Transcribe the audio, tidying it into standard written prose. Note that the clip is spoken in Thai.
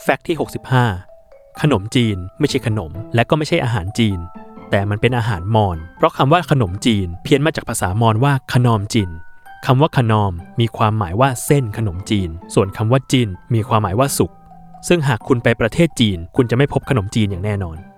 แฟกต์ที่65ขนมจีนไม่ใช่ขนมและก็ไม่ใช่อาหารจีนแต่มันเป็นอาหารมอญเพราะคำว่าขนมจีนเพี้ยนมาจากภาษามอญว่าขนอมจินคำว่าขนอมมีความหมายว่าเส้นขนมจีนส่วนคำว่าจินมีความหมายว่าสุกซึ่งหากคุณไปประเทศจีนคุณจะไม่พบขนมจีนอย่างแน่นอน